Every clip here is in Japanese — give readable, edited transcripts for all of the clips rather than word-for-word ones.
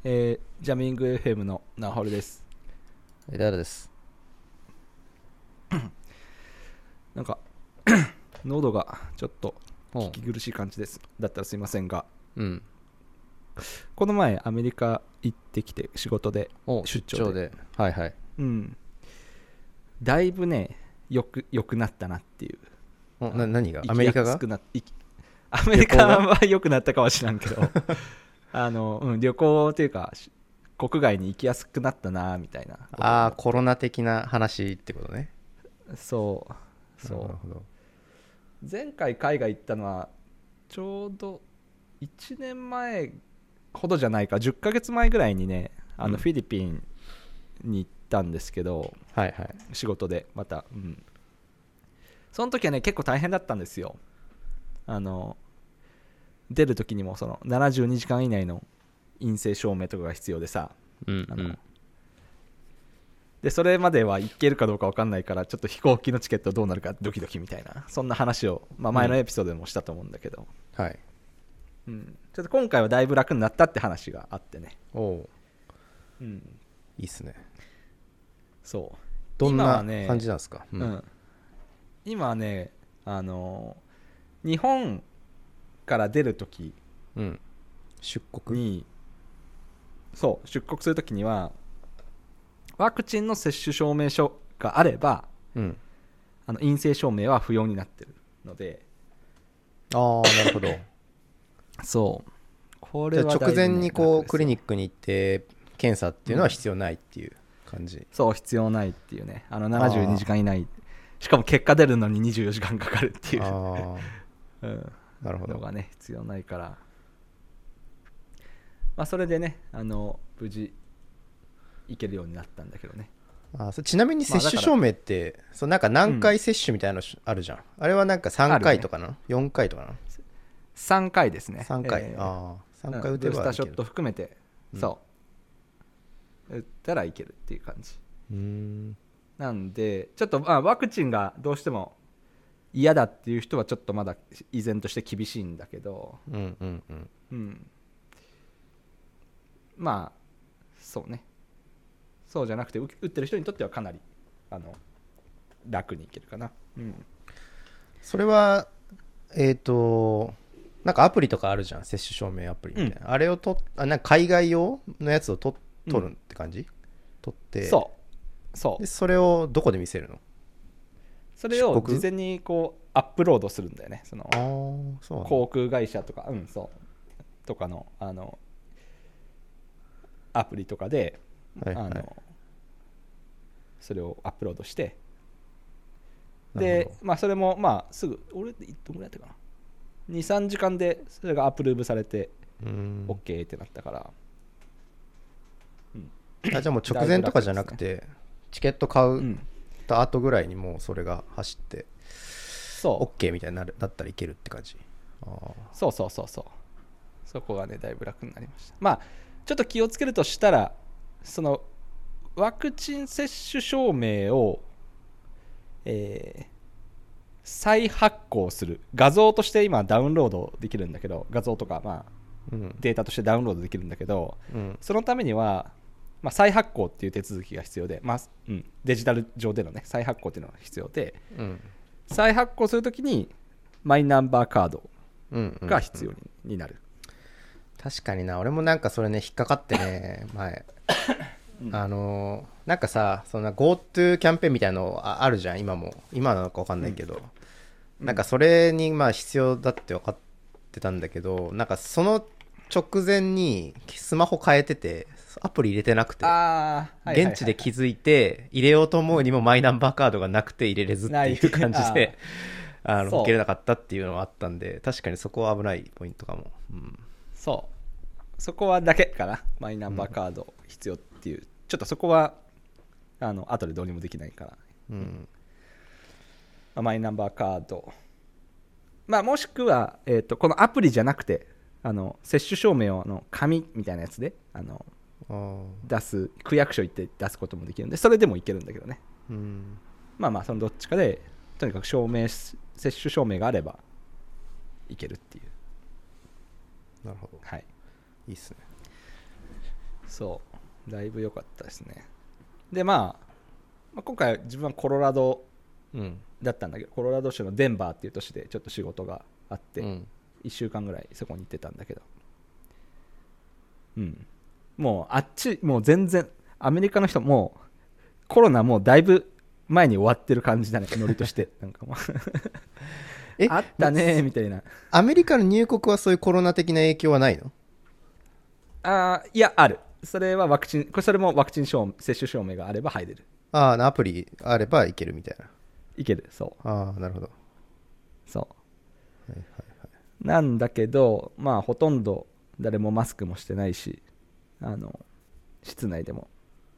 ジャミング FM のナホルです。 誰です。 なんか喉がちょっと聞き苦しい感じです。だったらすいませんが、この前アメリカ行ってきて仕事で出張で、 はいはい、 だいぶね良くなったなっていう。 何がアメリカがアメリカは良くなったかは知らんけど旅行というか国外に行きやすくなったなみたいな。 コロナ的な話ってことね。 そうなるほど。前回海外行ったのはちょうど1年前ほどじゃないか、10ヶ月前ぐらいにね、フィリピンに行ったんですけど、 はいはい、 仕事でまた、その時はね結構大変だったんですよ。出る時にもその72時間以内の陰性証明とかが必要でさ、でそれまでは行けるかどうか分かんないから、ちょっと飛行機のチケットどうなるかドキドキみたいな、そんな話を、前のエピソードでもしたと思うんだけど、 はい、 ちょっと今回はだいぶ楽になったって話があってね。 いいっすね。 そうどんな感じなんですか。 今はね、日本から出るとき出国出国するときにはワクチンの接種証明書があれば、陰性証明は不要になってるので。 なるほど。 そうこれは、 じゃあ直前にこうクリニックに行って検査っていうのは必要ないっていう感じ。 そう必要ないっていうね。72時間以内、しかも結果出るのに24時間かかるっていうなるほど。 のがね必要ないから、それでね無事行けるようになったんだけどね。 ちなみに接種証明って、なんか何回接種みたいなのあるじゃん、あれはなんか3回とかな、4回とかな。 3回ですね。 3回、3回打てばいける。 ブースターショット含めて、打ったらいけるっていう感じ。なんでちょっとワクチンがどうしても嫌だっていう人はちょっとまだ依然として厳しいんだけど、そうね、そうじゃなくて打ってる人にとってはかなり楽にいけるかな。 それはなんかアプリとかあるじゃん、接種証明アプリみたいな、あれをなんか海外用のやつを取るって感じ、取ってそうでそれをどこで見せるの？ それを事前にこうアップロードするんだよね。その航空会社とかとかのアプリとかで、それをアップロードして、でそれもすぐ俺どんぐらいやったかな、2,3 時間でそれがアプローブされて OK ってなったから。 じゃあもう直前とかじゃなくて、チケット買うた後ぐらいにもうそれが走って OK みたいになったらいけるって感じ。 そうそこがねだいぶ楽になりました。ちょっと気をつけるとしたら、そのワクチン接種証明を、再発行する、画像として今ダウンロードできるんだけど、画像とかデータとしてダウンロードできるんだけど、そのためには再発行っていう手続きが必要で、デジタル上でのね再発行っていうのが必要で、再発行するときにマイナンバーカードが必要になる。 確かにな、俺もなんかそれね引っかかってね前なんかさ、そんな GoTo キャンペーンみたいなのあるじゃん、今なのか分かんないけど、なんかそれに必要だって分かってたんだけど、なんかその直前にスマホ変えててアプリ入れてなくて、現地で気づいて入れようと思うにもマイナンバーカードがなくて入れれずっていう感じで受けれなかったっていうのがあったんで、確かにそこは危ないポイントかも。 そこはだけかな、マイナンバーカード必要っていう、ちょっとそこは後でどうにもできないから、マイナンバーカード、もしくは、このアプリじゃなくて接種証明を紙みたいなやつで出す、区役所行って出すこともできるんで、それでもいけるんだけどね。そのどっちかでとにかく接種証明があればいけるっていう。 なるほど、いいっすね。 そうだいぶ良かったですね。でまあ今回自分はコロラドだったんだけど、コロラド州のデンバーっていう都市でちょっと仕事があって、1週間ぐらいそこに行ってたんだけど、もうあっちもう全然アメリカの人もうコロナもうだいぶ前に終わってる感じだね、ノリとしてなんかもうあったねみたいな。 アメリカの入国はそういうコロナ的な影響はないの？ いやある。それはそれもワクチン接種証明があれば入れる。 アプリあればいけるみたいな。 いける。そう。 なるほど。 そう、はいはいはい、なんだけどまあほとんど誰もマスクもしてないし、室内でも、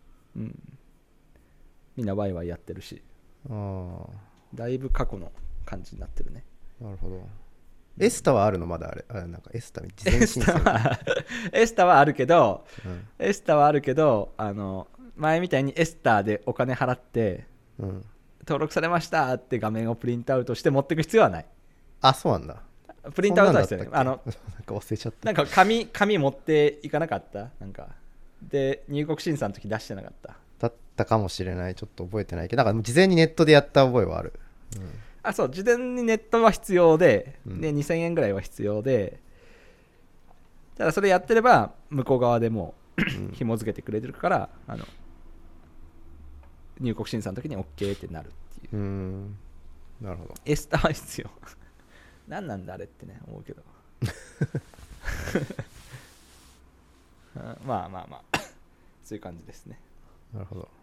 みんなワイワイやってるし、だいぶ過去の感じになってるね。 なるほど。エスタはあるの？まだあれなんかエスタ事前申請エスタはあるけど、エスタはあるけど前みたいにエスタでお金払って、登録されましたって画面をプリントアウトして持っていく必要はない。 そうなんだ。 プリントアウトは必要ない。 なんか忘れちゃった。 なんか紙持っていかなかった？なんかで入国審査の時出してなかった？ だったかもしれない。ちょっと覚えてないけど、なんか事前にネットでやった覚えはある。 そう事前にネットは必要で、2000円ぐらいは必要で、ただそれやってれば向こう側でも紐付けてくれてるから、入国審査の時に OK ってなるっていう。 なるほど。 エスタは必要何なんだあれってね思うけどまあそういう感じですね。 なるほど。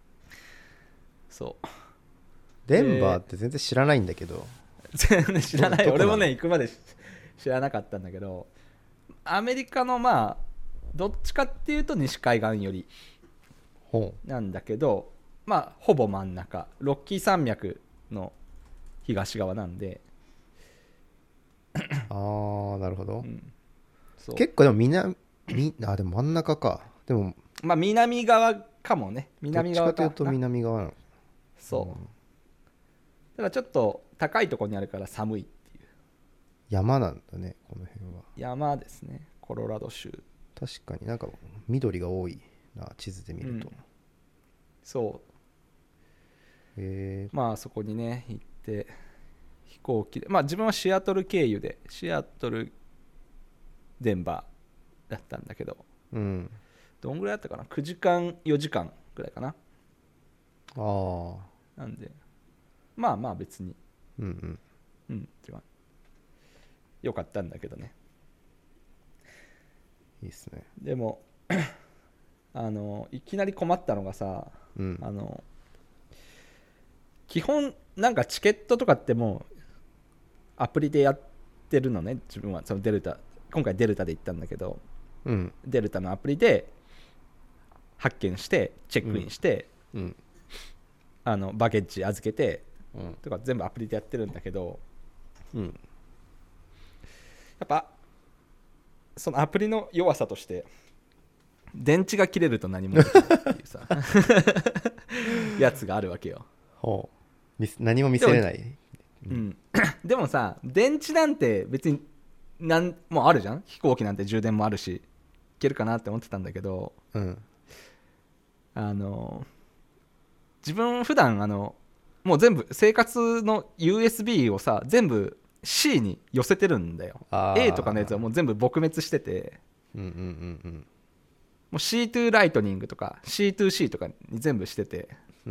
そうデンバーって全然知らないんだけど。 全然知らない。俺もね行くまで知らなかったんだけど、アメリカのどっちかっていうと西海岸寄りなんだけど、ほぼ真ん中、ロッキー山脈の東側なんでなるほど、結構でもでも真ん中か。でも南側かもね。 南側か。どっちかというと南側なの。 そう、ただちょっと高いところにあるから寒いっていう。 山なんだねこの辺は。 山ですね、コロラド州。 確かになんか緑が多いな、地図で見ると。 そうそこにね行って飛行機で、自分はシアトル経由でシアトルデンバーだったんだけど、どんぐらいだったかな、9時間4時間ぐらいかな。なんで別によかったんだけどね。 いいっすね。 でもいきなり困ったのがさ、基本なんかチケットとかってもうアプリでやってるのね。自分はその今回デルタで行ったんだけど、デルタのアプリで発券してチェックインして、バゲッジ預けて、とか全部アプリでやってるんだけど、やっぱそのアプリの弱さとして電池が切れると何もできないっていうさやつがあるわけよ。 何も見せれない。 でもさ、電池なんて別にもうあるじゃん。飛行機なんて充電もあるしいけるかなって思ってたんだけど、自分普段もう全部生活の USB をさ全部 C に寄せてるんだよ。 A とかのやつはもう全部撲滅してて、もう C2 ライトニングとか C2C とかに全部してて、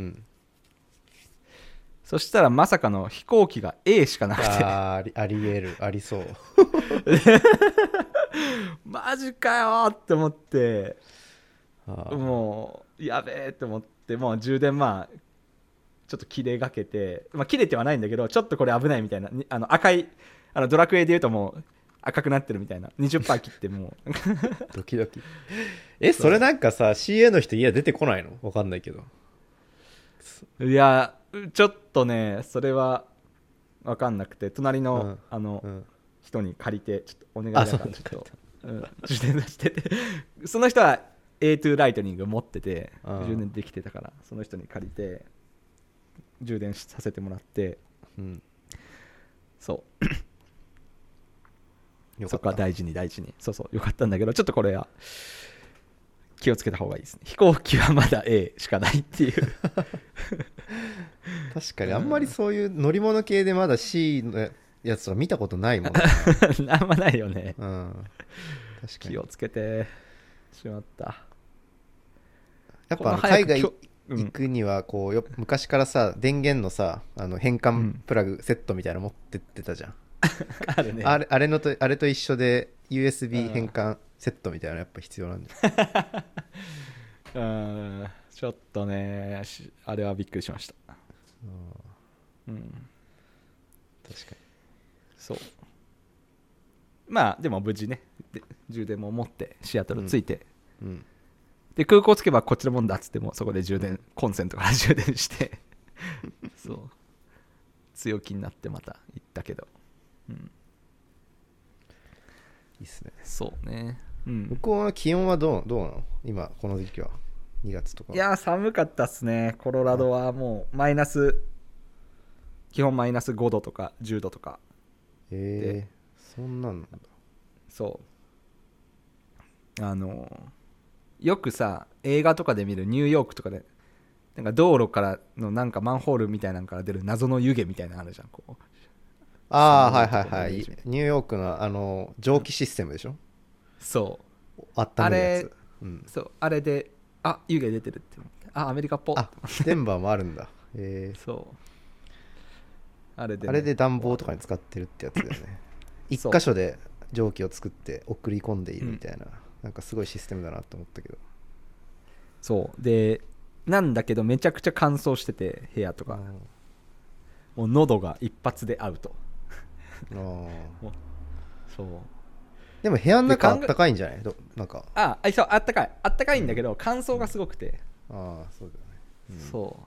そしたらまさかの飛行機が A しかなくてありそうマジかよって思って、もうやべえって思って、もう充電ちょっと切れがけて、切れてはないんだけどちょっとこれ危ないみたいな、赤いドラクエでいうともう赤くなってるみたいな 20% 切ってもうドキドキ。それなんかさ CA の人出てこないの？分かんないけど。 いやちょっとねそれは分かんなくて、隣の、人に借りてちょっとお願いだからちょっと充電出しててその人は A2 ライトニング持ってて充電できてたから、その人に借りて充電させてもらって、そうそこは大事にそうよかったんだけど、ちょっとこれは気をつけた方がいいですね。飛行機はまだ A しかないっていう確かにあんまりそういう乗り物系でまだ C のやつは見たことないもんなあんまないよね、 うん、確かに気をつけてしまった。 やっぱ海外行くにはこう昔からさ電源のさ変換プラグセットみたいなの持ってってたじゃん、 あるね。 あれと一緒で USB 変換セットみたいなのやっぱ必要なんじゃんちょっとねあれはびっくりしました。うん、 確かにそうまあでも無事ね充電も持ってシアトル着いて、 うん、 で空港着けばこっちのもんだっつってもそこで充電コンセントから充電してそう強気になってまた行ったけど、うん、 いいっすね。 そうね、うん、 向こうの気温はどうなの今この時期は2月とか。 いや寒かったっすね。コロラドはもうマイナス基本マイナス5度とか10度とかそんなんなんだ。 そうよくさ映画とかで見るニューヨークとかでなんか道路からのなんかマンホールみたいなのから出る謎の湯気みたいなのあるじゃん。こうああはいはいはいニューヨークの蒸気システムでしょ。 そうあっためるやつ。 そうあれで湯気出てるって思ってアメリカっぽっデンバーもあるんだそうあれで暖房とかに使ってるってやつだよね一箇所で蒸気を作って送り込んでいるみたいな、なんかすごいシステムだなと思ったけど。 そうでなんだけどめちゃくちゃ乾燥してて部屋とかもう喉が一発でアウトそうでも部屋の中あったかいんじゃないなんかそうあったかいんだけど乾燥がすごくて、 そうだよね、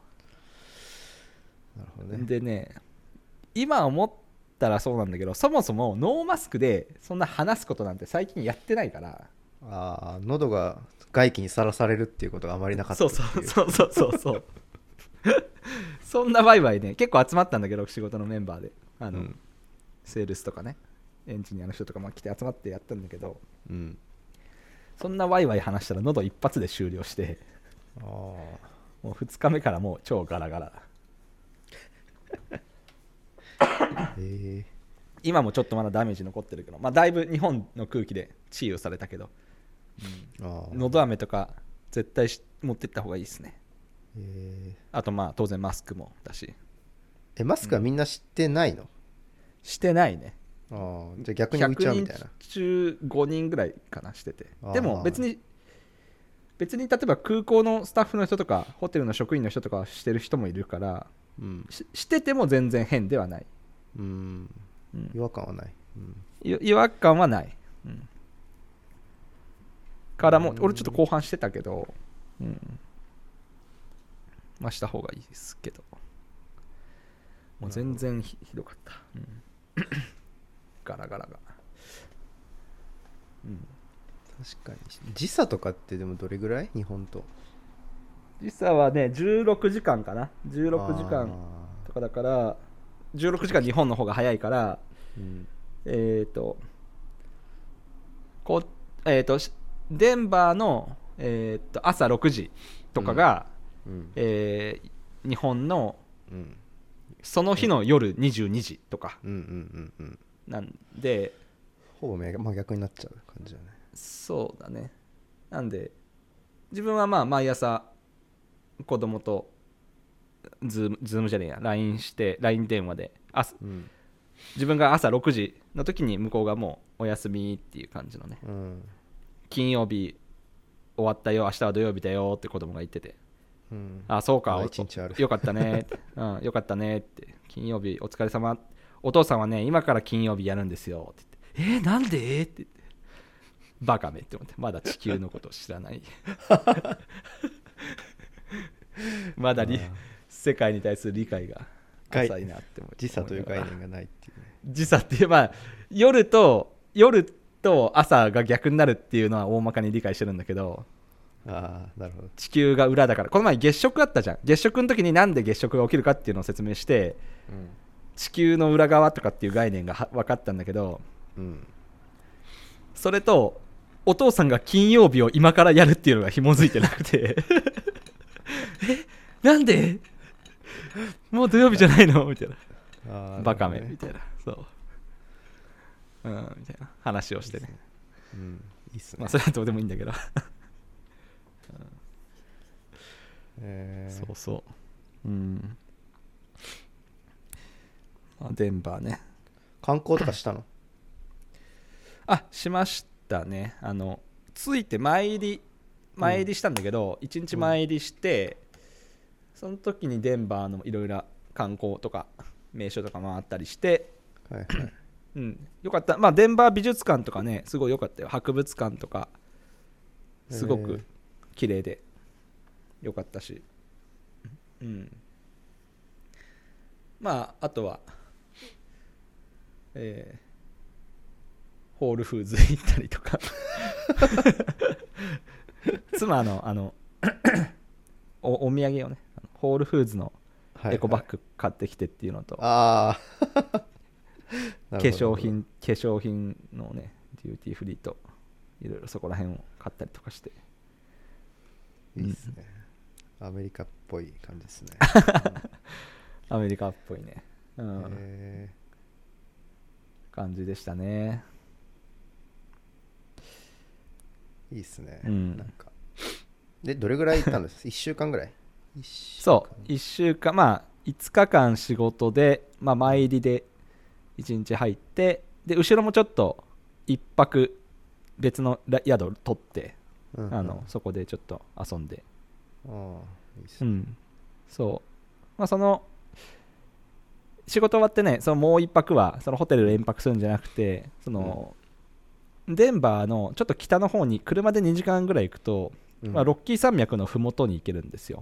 そうなるほどね。 でね今思ったらそうなんだけどそもそもノーマスクでそんな話すことなんて最近やってないから喉が外気にさらされるっていうことがあまりなかったっていう。 そうそんなワイワイね結構集まったんだけど仕事のメンバーでセールスとかねエンジニアの人とかも来て集まってやったんだけど、そんなワイワイ話したら喉一発で終了してもう2日目からもう超ガラガラ今もちょっとまだダメージ残ってるけど、だいぶ日本の空気で治癒されたけど、喉飴とか絶対持ってった方がいいですね。あと当然マスクもだし。 マスクはみんな知ってないの？ してないね。 じゃあ逆に浮いちゃうみたいな。 100人中5人ぐらいかなしてて。でも別に例えば空港のスタッフの人とかホテルの職員の人とかしてる人もいるから、してても全然変ではない。 違和感はない。 違和感はない。からも俺ちょっと後半してたけど、した方がいいですけど、もう全然ひどかった。ガラガラが。 確かに時差とかってでもどれぐらい？日本と時差はね16時間かな。16時間とかだから16時間日本の方が早いから、デンバーの、朝6時とかが、日本の、その日の夜22時とかなんで、 ほぼ真逆になっちゃう感じだね。 そうだね。なんで自分は毎朝子供とズームじゃねえや LINE して LINE 電話で自分が朝6時の時に向こうがもうお休みっていう感じのね、金曜日終わったよ明日は土曜日だよって子供が言ってて、そうかよかったねよかったねって金曜日お疲れ様お父さんはね今から金曜日やるんですよって言ってなんでって言ってバカめって思ってまだ地球のことを知らないまだ世界に対する理解が浅いなって思う。 時差という概念がないっていうね。 時差っていう夜と朝が逆になるっていうのは大まかに理解してるんだけど、 なるほど。 地球が裏だからこの前月食あったじゃん。月食の時になんで月食が起きるかっていうのを説明して、地球の裏側とかっていう概念が分かったんだけど、それとお父さんが金曜日を今からやるっていうのが紐づいてなくてなんでもう土曜日じゃないのみたいな、バカめみたいな、そう、みたいな話をしてね、 いいっすね。 まあそれはどうでもいいんだけどそうそう、デンバーね。 観光とかしたの？ しましたね。着いて参りしたんだけど、1日参りして、その時にデンバーのいろいろ観光とか名所とか回ったりして、 はいはいよかった。まあデンバー美術館とかね、すごい良かったよ。博物館とかすごく綺麗で良かったし、まああとはホールフーズ行ったりとか妻のお土産をね、ホールフーズのエコバッグ買ってきてっていうのと、化粧品のねデューティーフリーといろいろそこら辺を買ったりとかして、 いいですね、アメリカっぽい感じですねアメリカっぽいね、感じでしたね。 いいっすね、なんかでどれぐらい行ったんです1週間ぐらい？ そう1週間、まあ5日間仕事で、まあ、参りで1日入って、で後ろもちょっと1泊別の宿取って、そこでちょっと遊んで、 いいっすね、 そう、まあ、その仕事終わってね、そのもう1泊はそのホテルで連泊するんじゃなくて、その、デンバーのちょっと北の方に車で2時間ぐらい行くと、まあ、ロッキー山脈のふもとに行けるんですよ。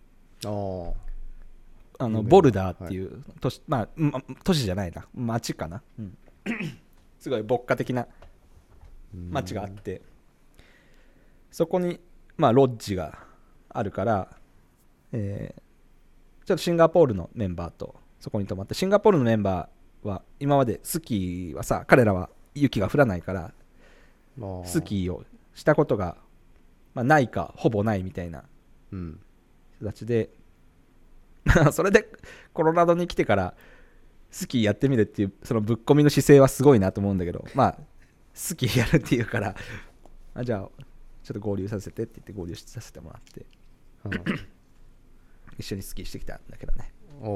ボルダーっていう都市、まあ都市じゃないな、町かな、すごい牧歌的な町があって、そこにまあロッジがあるから、ちょっとシンガポールのメンバーとそこに泊まって、シンガポールのメンバーは今までスキーはさ、彼らは雪が降らないからスキーをしたことが、まあ、ないかほぼないみたいな人たちで、それでコロラドに来てからスキーやってみるっていう、そのぶっ込みの姿勢はすごいなと思うんだけど、まあスキーやるっていうからじゃあちょっと合流させてって言って合流させてもらって一緒にスキーしてきたんだけどね。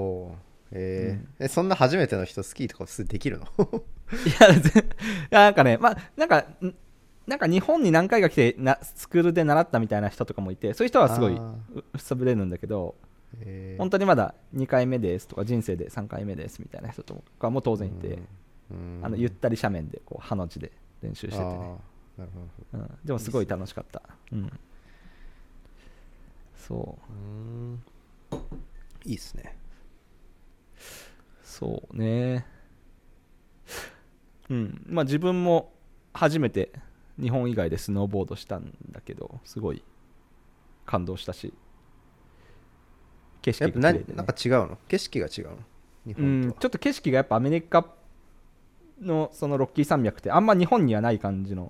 そんな初めての人スキーとかできるの？ いやなんかね、まあなんか日本に何回か来てスクールで習ったみたいな人とかもいて、そういう人はすごいさぶれるんだけど、本当にまだ2回目ですとか人生で3回目ですみたいな人とかも当然いて、ゆったり斜面でこうハの字で練習しててね、 なるほど、 でもすごい楽しかった。そういいっすね。 そうね、まあ自分も初めて日本以外でスノーボードしたんだけど、すごい感動したし、景色が綺麗で、ね、 なんか違うの？景色が違うの？日本とはちょっと景色がやっぱアメリカのそのロッキー山脈ってあんま日本にはない感じの、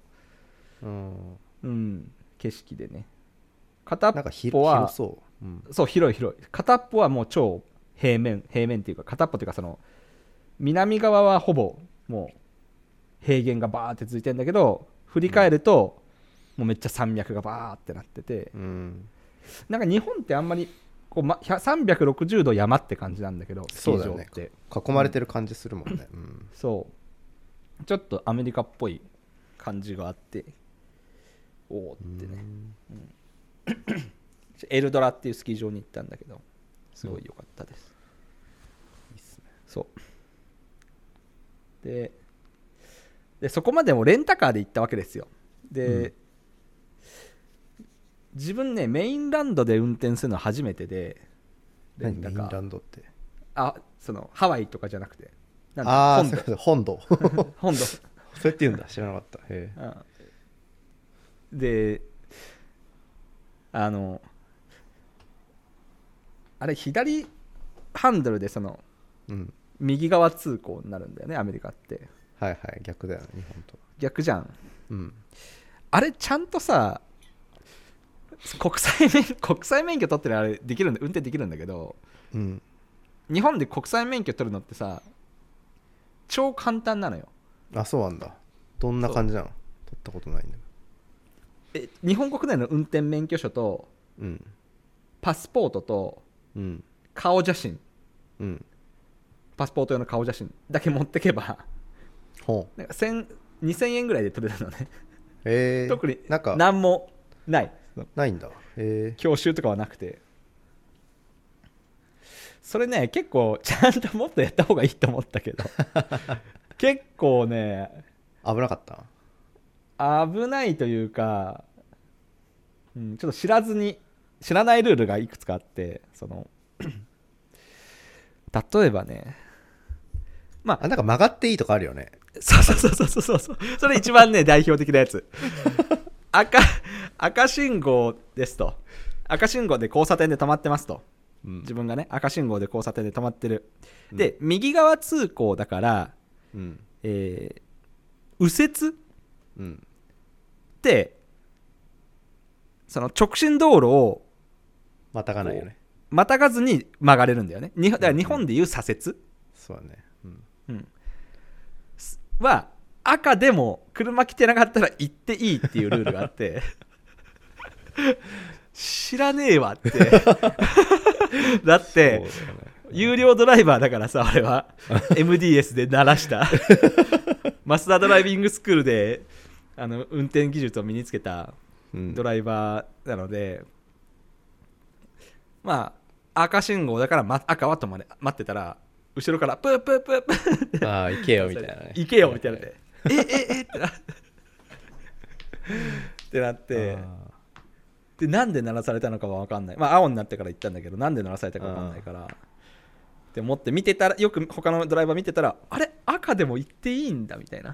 景色でね、片っぽはそう、 広い片っぽはもう超平面っていうか、片っぽっていうか、その南側はほぼもう平原がバーって続いてるんだけど、振り返るともうめっちゃ山脈がバーってなってて、なんか日本ってあんまりこう、360度山って感じなんだけど、スキー場って、 ね、囲まれてる感じするもんね、 そうちょっとアメリカっぽい感じがあって、おおってね、エルドラっていうスキー場に行ったんだけど、すごい良かったです。 いいっすね。 そうでそこまでもレンタカーで行ったわけですよ。で、自分ねメインランドで運転するのは初めてで、 レンタカー。メインランドってそのハワイとかじゃなくて、 本土本土そうやって言うんだ、知らなかった。 であれ左ハンドルでその、右側通行になるんだよね、アメリカって。 はいはい、逆だよね、日本と。 逆じゃん。 あれちゃんとさ国際免許取ってるあれできるんだ、運転できるんだけど、 うん。 日本で国際免許取るのってさ超簡単なのよ。 あ、そうなんだ。どんな感じなの？取ったことないんだ日本国内の運転免許証とけど。うん。 パスポートとうん。 顔写真、 うん。 パスポート用の顔写真だけ持ってけばほう。 なんか2000円ぐらいで取れるのね。特になんか何もないないんだ。 教習とかはなくて、それね結構ちゃんともっとやった方がいいと思ったけど結構ね危なかった？ 危ないというか、ちょっと知らないルールがいくつかあって、その例えばね、まあなんか曲がっていいとかあるよね。 そうそれ一番ね代表的なやつ。赤信号ですと、赤信号で交差点で止まってますと、自分がね赤信号で交差点で止まってる、で右側通行だから、右折、ってその直進道路をまたがないよね。 またがずに曲がれるんだよね。だから日本でいう左折、 そうだね。 は赤でも車来てなかったら行っていいっていうルールがあって知らねえわってだって、有料ドライバーだからさ、俺はMDS で鳴らしたマスダドライビングスクールで運転技術を身につけたドライバーなので、まあ赤信号だから、赤は止まれ待ってたら後ろからプープープープーって行けよみたいなね。 行けよみたいなでってなってで、なんで鳴らされたのかは分かんない。まあ青になってから言ったんだけど、なんで鳴らされたか分かんないからって思って見てたら、よく他のドライバー見てたら、あれ赤でも行っていいんだみたいな。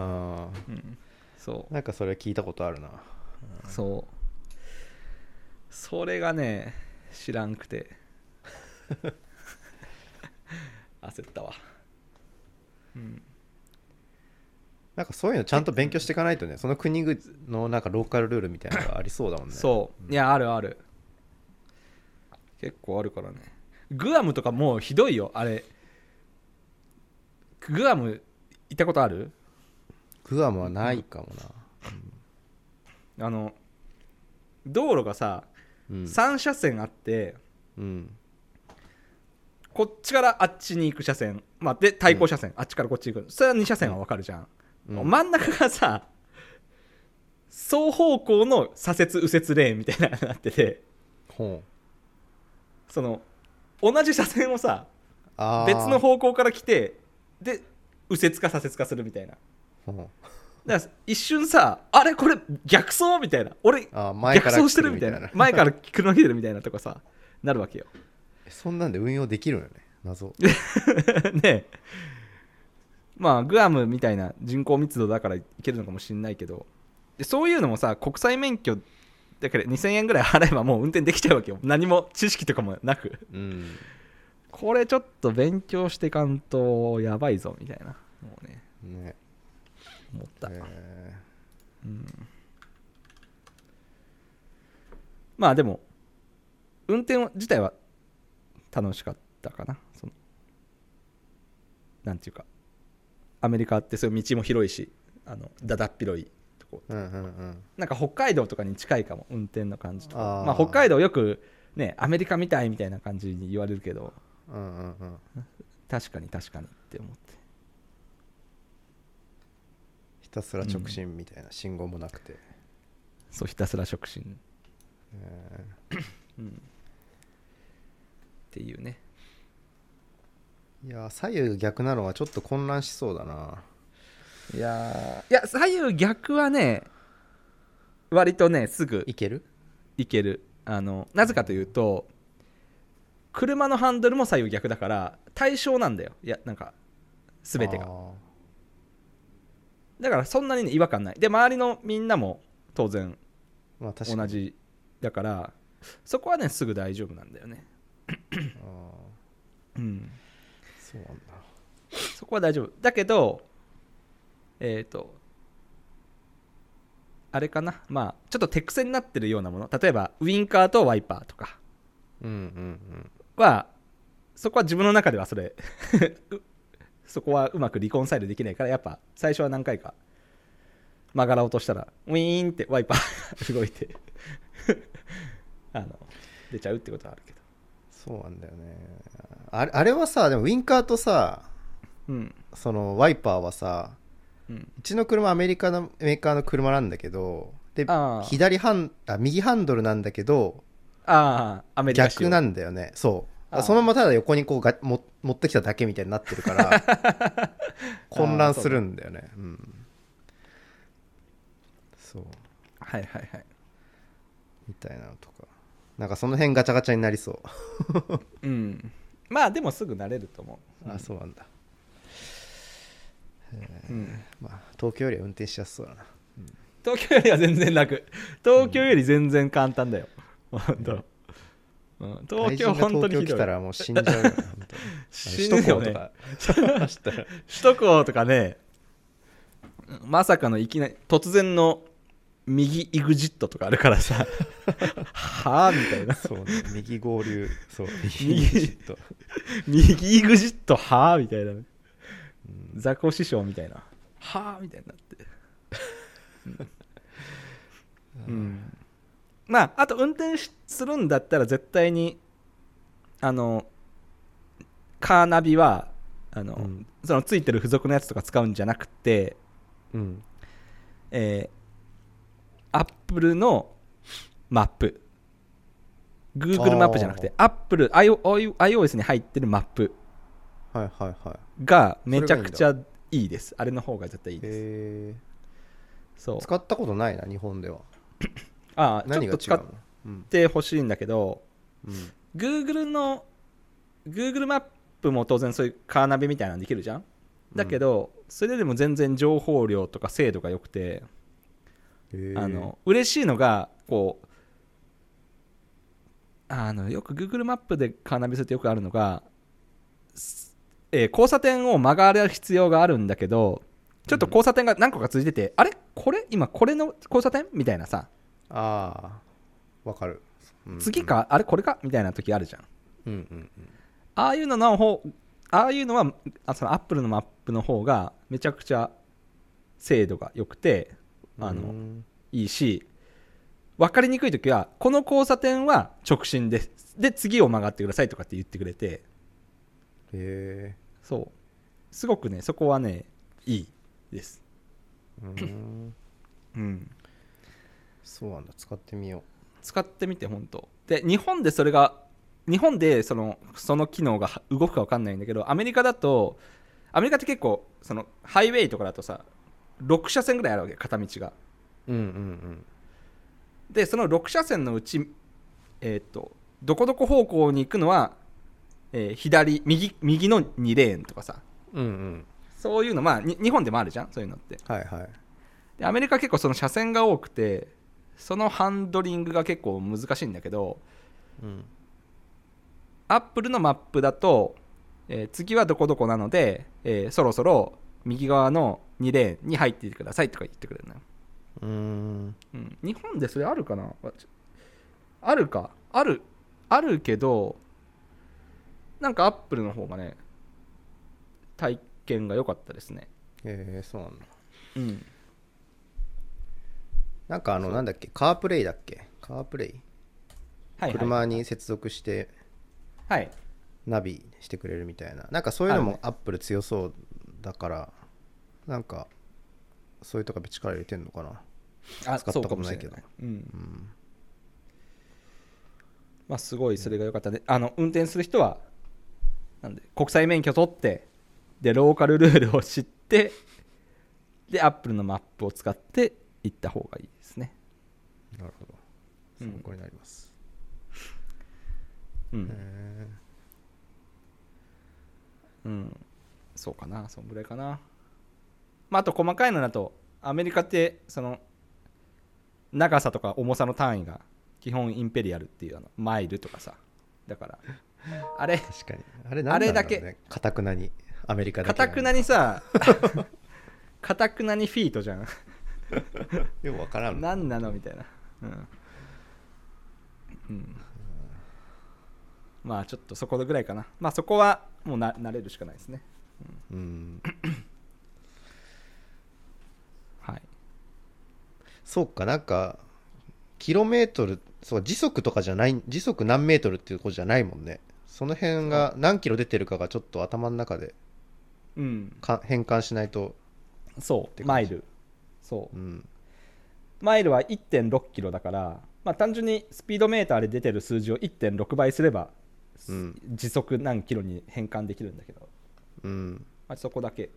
そうなんかそれ聞いたことあるな。 そうそれがね知らんくて焦ったわ。 なんかそういうのちゃんと勉強していかないとね、その国のなんかローカルルールみたいなのがありそうだもんね。 そう、いやあるある、結構あるからね。グアムとかもうひどいよあれ。グアム行ったことある？ グアムはないかもな。道路がさ、3車線あって、こっちからあっちに行く車線、で対向車線、あっちからこっち行く、それは2車線は分かるじゃん、真ん中がさ双方向の左折右折レーンみたいなのになってて、その同じ車線をさ別の方向から来て、で右折か左折かするみたいな。だから一瞬さ、あれこれ逆走みたいな、俺逆走してるみたいな、前から車来てるみたいなとかさなるわけよ。 そんなんで運用できるよね、謎ね。まあグアムみたいな人口密度だからいけるのかもしれないけど、でそういうのもさ国際免許だから2000円ぐらい払えばもう運転できちゃうわけよ、何も知識とかもなく、これちょっと勉強していかんとやばいぞみたいな、もうね思った、まあでも運転自体は楽しかったかな。なんていうかアメリカってそういう道も広いし、だだっ広いとこ、なんか北海道とかに近いかも、運転の感じとか。北海道よくねアメリカみたいみたいな感じに言われるけど、確かにって思って、 ひたすら直進みたいな、信号もなくて、 そうひたすら直進、っていうね。 いや左右逆なのはちょっと混乱しそうだな。 いや左右逆はね割とねすぐいけるなぜかというと車のハンドルも左右逆だから対称なんだよ。いやなんか全てがだからそんなに、ね、違和感ないで、周りのみんなも当然同じだから、そこはねすぐ大丈夫なんだよねそうなんだ。 そこは大丈夫だけどあれかな、まあちょっと手癖になってるようなもの、例えばウインカーとワイパーとかは、そこは自分の中ではそれそこはうまくリコンサイルできないから、やっぱ最初は何回か曲がろうとしたらウィーンってワイパーが動いて出ちゃうってことはあるけど。 そうなんだよね。あれはさ、でもウインカーとさ、そのワイパーはさ、うちの車アメリカのメーカーの車なんだけど、で右ハンドルなんだけど、 アメリカ逆なんだよね。そうそのままただ横にこう持ってきただけみたいになってるから混乱するんだよね。そうはいはいはいみたいなのとか、なんかその辺ガチャガチャになりそうまあでもすぐ慣れると思う。 そうなんだ。まあ東京よりは運転しやすそうだな。 東京よりは全然楽。東京より全然簡単だよ。東京本当にひどい。 東京来たらもう死んじゃうよね。首都高とか首都高とかね、まさかのいきなり突然の右イグジットとかあるからさはぁみたいな。 そうね、右合流、そう右イグジット右イグジットはぁみたいな、ザコ師匠みたいなはぁみたいになってまああと運転するんだったら絶対にカーナビはそのついてる付属のやつとか使うんじゃなくて、アップルのマップ、 Google マップじゃなくてアップル iOS に入ってるマップがめちゃくちゃいいです。あれの方が絶対いいです。そう使ったことないな、日本では。 ちょっと使ってほしいんだけど、Google マップも当然そういうカーナビみたいなのできるじゃん。だけど、それでも全然情報量とか精度が良くて、嬉しいのがこうよく Google マップでカーナビするとよくあるのが、交差点を曲がる必要があるんだけど、ちょっと交差点が何個か続いてて、あれ今これの交差点みたいなさ、 わかる、 次かあれこれかみたいな時あるじゃん。ああいうのはその Apple のマップの方がめちゃくちゃ精度が良くていいし、分かりにくい時はこの交差点は直進です、で次を曲がってくださいとかって言ってくれて、そうすごくねそこはねいいです。 そうなんだ、使ってみよう。 使ってみて本当で、日本でその機能が動くか分かんないんだけど、アメリカって結構そのハイウェイとかだとさ6車線ぐらいあるわけ、片道が。でその6車線のうちどこどこ方向に行くのは、右の2レーンとかさ、そういうの日本でもあるじゃん、そういうのって。でアメリカ結構その車線が多くて、そのハンドリングが結構難しいんだけど、アップルのマップだと、次はどこどこなので、そろそろ右側の2レーンに入っていてくださいとか言ってくれるのよ。日本でそれあるかな。あるけど、なんかアップルの方がね体験が良かったですね。 そうなんだ。なんかなんだっけ、カープレイだっけ、カープレイ、車に接続してナビしてくれるみたいな、なんかそういうのもアップル強そうだから、なんかそういうとこ力入れてんのかな。使ったことないけど。 すごいそれが良かったね。運転する人はなんで国際免許取って、でローカルルールを知って、でアップルのマップを使って行った方がいいですね。 なるほど、参考になります。 そうかな、そんぐらいかな。あと細かいのだとアメリカってその長さとか重さの単位が基本インペリアルっていうマイルとかさ、だからあれ確かにあれだけかたくなにアメリカだけかたくなにさかたくなにフィートじゃんよくわからん。 何なのみたいな。まあちょっとそこぐらいかな。まあそこはもう慣れるしかないですね。はい。 そうか、なんかキロメートル、そう時速とかじゃない、時速何メートルっていうことじゃないもんね。その辺が何キロ出てるかがちょっと頭の中で変換しないと。 そうマイル、そう、マイルは 1.6 キロだから、まあ、単純にスピードメーターで出てる数字を 1.6 倍すれば、時速何キロに変換できるんだけど、まあ、そこだけ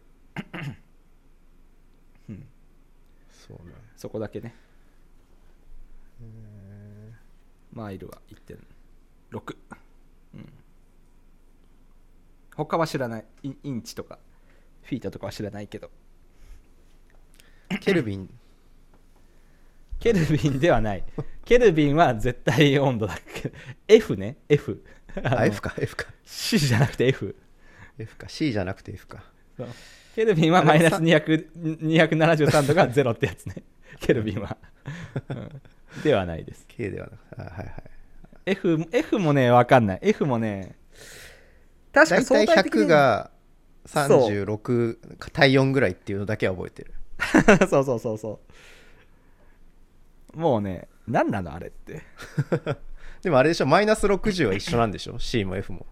そうね、 そこだけね。マイルは 1.6、他は知らない。インチとかフィートとかは知らないけど。 ケルビンではない。ケルビンは絶対温度だけど F ね。 F F か C じゃなくて F か C じゃなくて F か。 ケルビンはマイナス273度が0ってやつね。ケルビンは、ではないです。 K ではなくて、はいはい。 F もね分かんない。 F もね確か相対的に 100が36対4ぐらいっていうのだけは覚えてる。 そうもうね、何なのあれってでもあれでしょ、マイナス60は一緒なんでしょC も F も。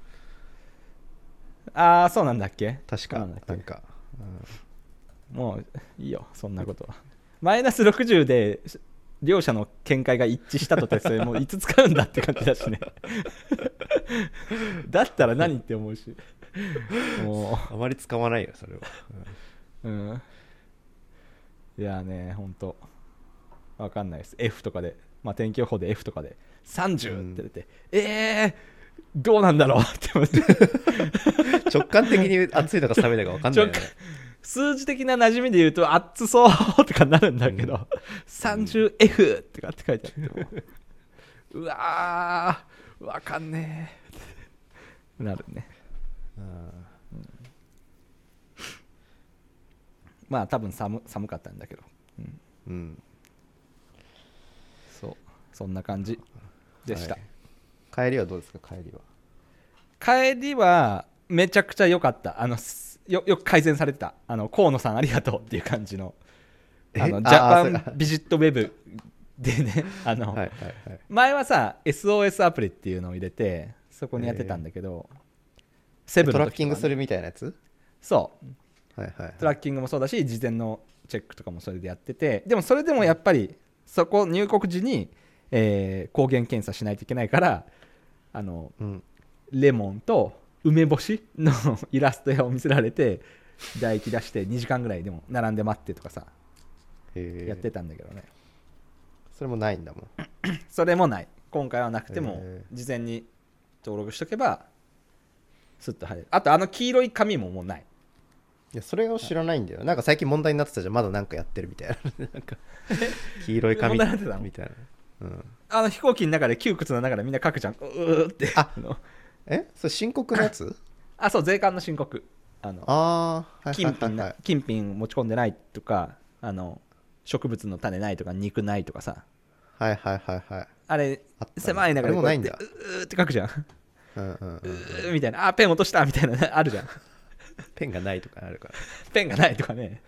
ああそうなんだっけ。 確かなんか、 もういいよそんなことは。マイナス60で両者の見解が一致したとて、それもういつ使うんだって感じだしねだったら何って思うし、もうあまり使わないよそれは。 いやね、ほんと分かんないです。 F とかで、まあ、天気予報で F とかで30って出て、どうなんだろうって思って直感的に暑いのか寒いのか分かんないよね。 数字的な馴染みで言うと暑そうとかなるんだけど、30F とかって書いてあってもうわー分かんねえなるね。まあ多分寒かったんだけど、そうそんな感じでした、 帰りはどうですか。 帰りはめちゃくちゃ良かった。よく改善されてた。河野さんありがとうっていう感じの、ジャパンビジットウェブでね、前はさ SOS アプリっていうのを入れてそこにやってたんだけど、セブンの時とかね、 トラッキングするみたいなやつ。 そう、トラッキングもそうだし事前のチェックとかもそれでやってて、でもそれでもやっぱりそこ入国時に、抗原検査しないといけないから、レモンと梅干しのイラストを見せられて唾液出して2時間ぐらいでも並んで待ってとかさやってたんだけどね。 それもないんだもんそれもない。今回はなくても事前に登録しとけばスッと入る。あと黄色い紙ももうない。 いやそれを知らないんだよ。なんか最近問題になってたじゃん。まだなんかやってるみたいななんか黄色い紙みたいな、 飛行機の中で窮屈な中でみんな書くじゃん。ってそれ申告のやつそう税関の申告。金品持ち込んでないとか、植物の種ないとか肉ないとかさ、あれ狭い中でこうやってって書くじゃん、みたいな。ペン落としたみたいなあるじゃんペンがないとかあるからペンがないとかね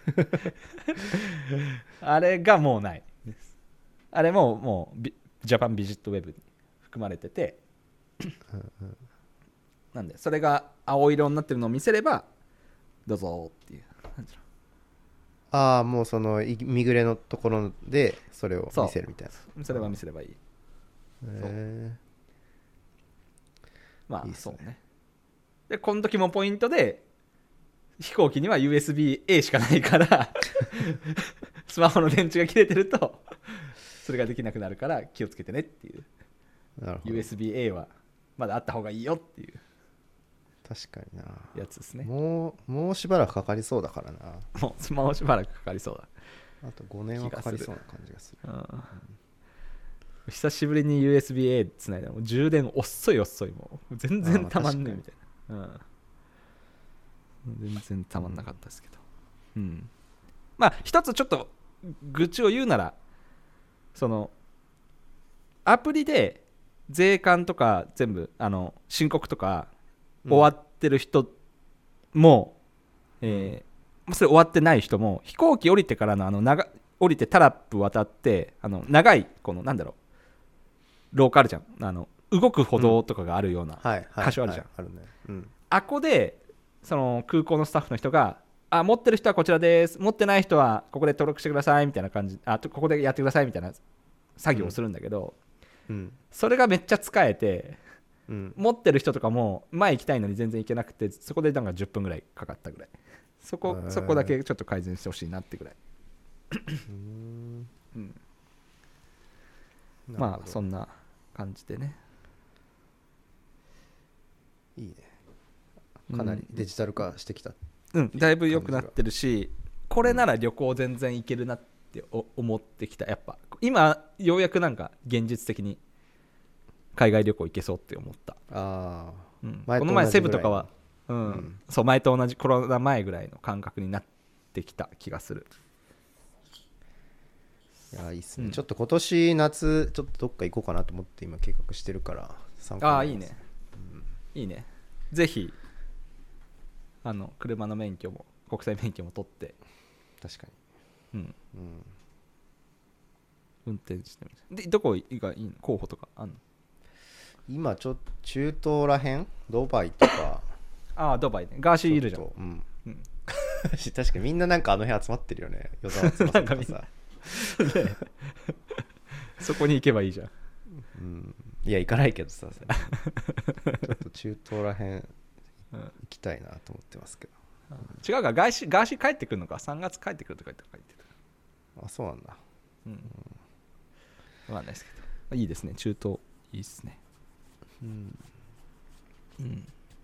あれがもうない。あれもうジャパンビジットウェブに含まれててなんでそれが青色になってるのを見せればどうぞっていう感じの。 もうその身ぐれのところでそれを見せるみたいな。 それは見せればいい。まあいいそうね。でこの時もポイントで飛行機には USB-A しかないからスマホの電池が切れてるとそれができなくなるから気をつけてねっていう。USB-A はまだあった方がいいよっていう確かになやつですね。 もうしばらくかかりそうだからな。 もうスマホしばらくかかりそうだ。 あと5年はかかりそうな感じがする。 久しぶりに USB-A つないだらもう充電遅いもう全然たまんねえみたいな、全然たまんなかったですけど、まあ一つちょっと愚痴を言うならそのアプリで税関とか全部申告とか終わってる人も、それ終わってない人も飛行機降りてからの降りてタラップ渡って長いこのなんだろうローカルじゃん動く歩道とかがあるような箇所あるじゃん、 あるね、うん、 あこでその空港のスタッフの人が持ってる人はこちらです持ってない人はここで登録してくださいみたいな感じここでやってくださいみたいな作業をするんだけど、うん、それがめっちゃ使えて、うん、持ってる人とかも前行きたいのに全然行けなくてそこでなんか10分ぐらいかかったぐらいそこだけちょっと改善してほしいなってぐらいうん、まあそんな感じでねいいねかなりデジタル化してきた、 うん、だいぶ良くなってるしこれなら旅行全然行けるなって思ってきたやっぱ今ようやくなんか現実的に海外旅行行けそうって思った。 あ、 うん、この前セブとかは、うんうん、そう前と同じコロナ前ぐらいの感覚になってきた気がする。 いやいいっすね、うん、ちょっと今年夏ちょっとどっか行こうかなと思って今計画してるから参考になります。 いいね、うん、いいねぜひ車の免許も国際免許も取って確かに、うんうん、運転してみてでどこがいいの候補とかあんの？ 今中東らへんドバイとかドバイねガーシーいるじゃん、 うんうん、確かにみんななんか辺集まってるよね与沢翼とかさそこに行けばいいじゃん、 うん、いや行かないけどさちょっと中東らへん行きたいなと思ってますけど、 違うかガーシー帰ってくるのか3月帰ってくるとか言ってた。あそうなんだ、 うん、分かんないですけどいいですね中東いいっすねうんうん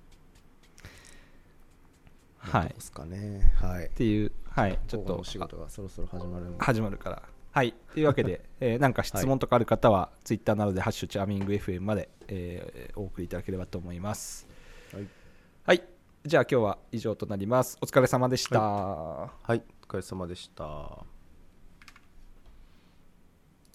はいですかねはいっていうはいちょっとお仕事がそろそろ始まるからはいというわけで、なんか質問とかある方は、はい、ツイッターなどでハッシュチャーミング FM まで、お送りいただければと思いますはい、はい、じゃあ今日は以上となりますお疲れ様でしたはい、はい、お疲れ様でした。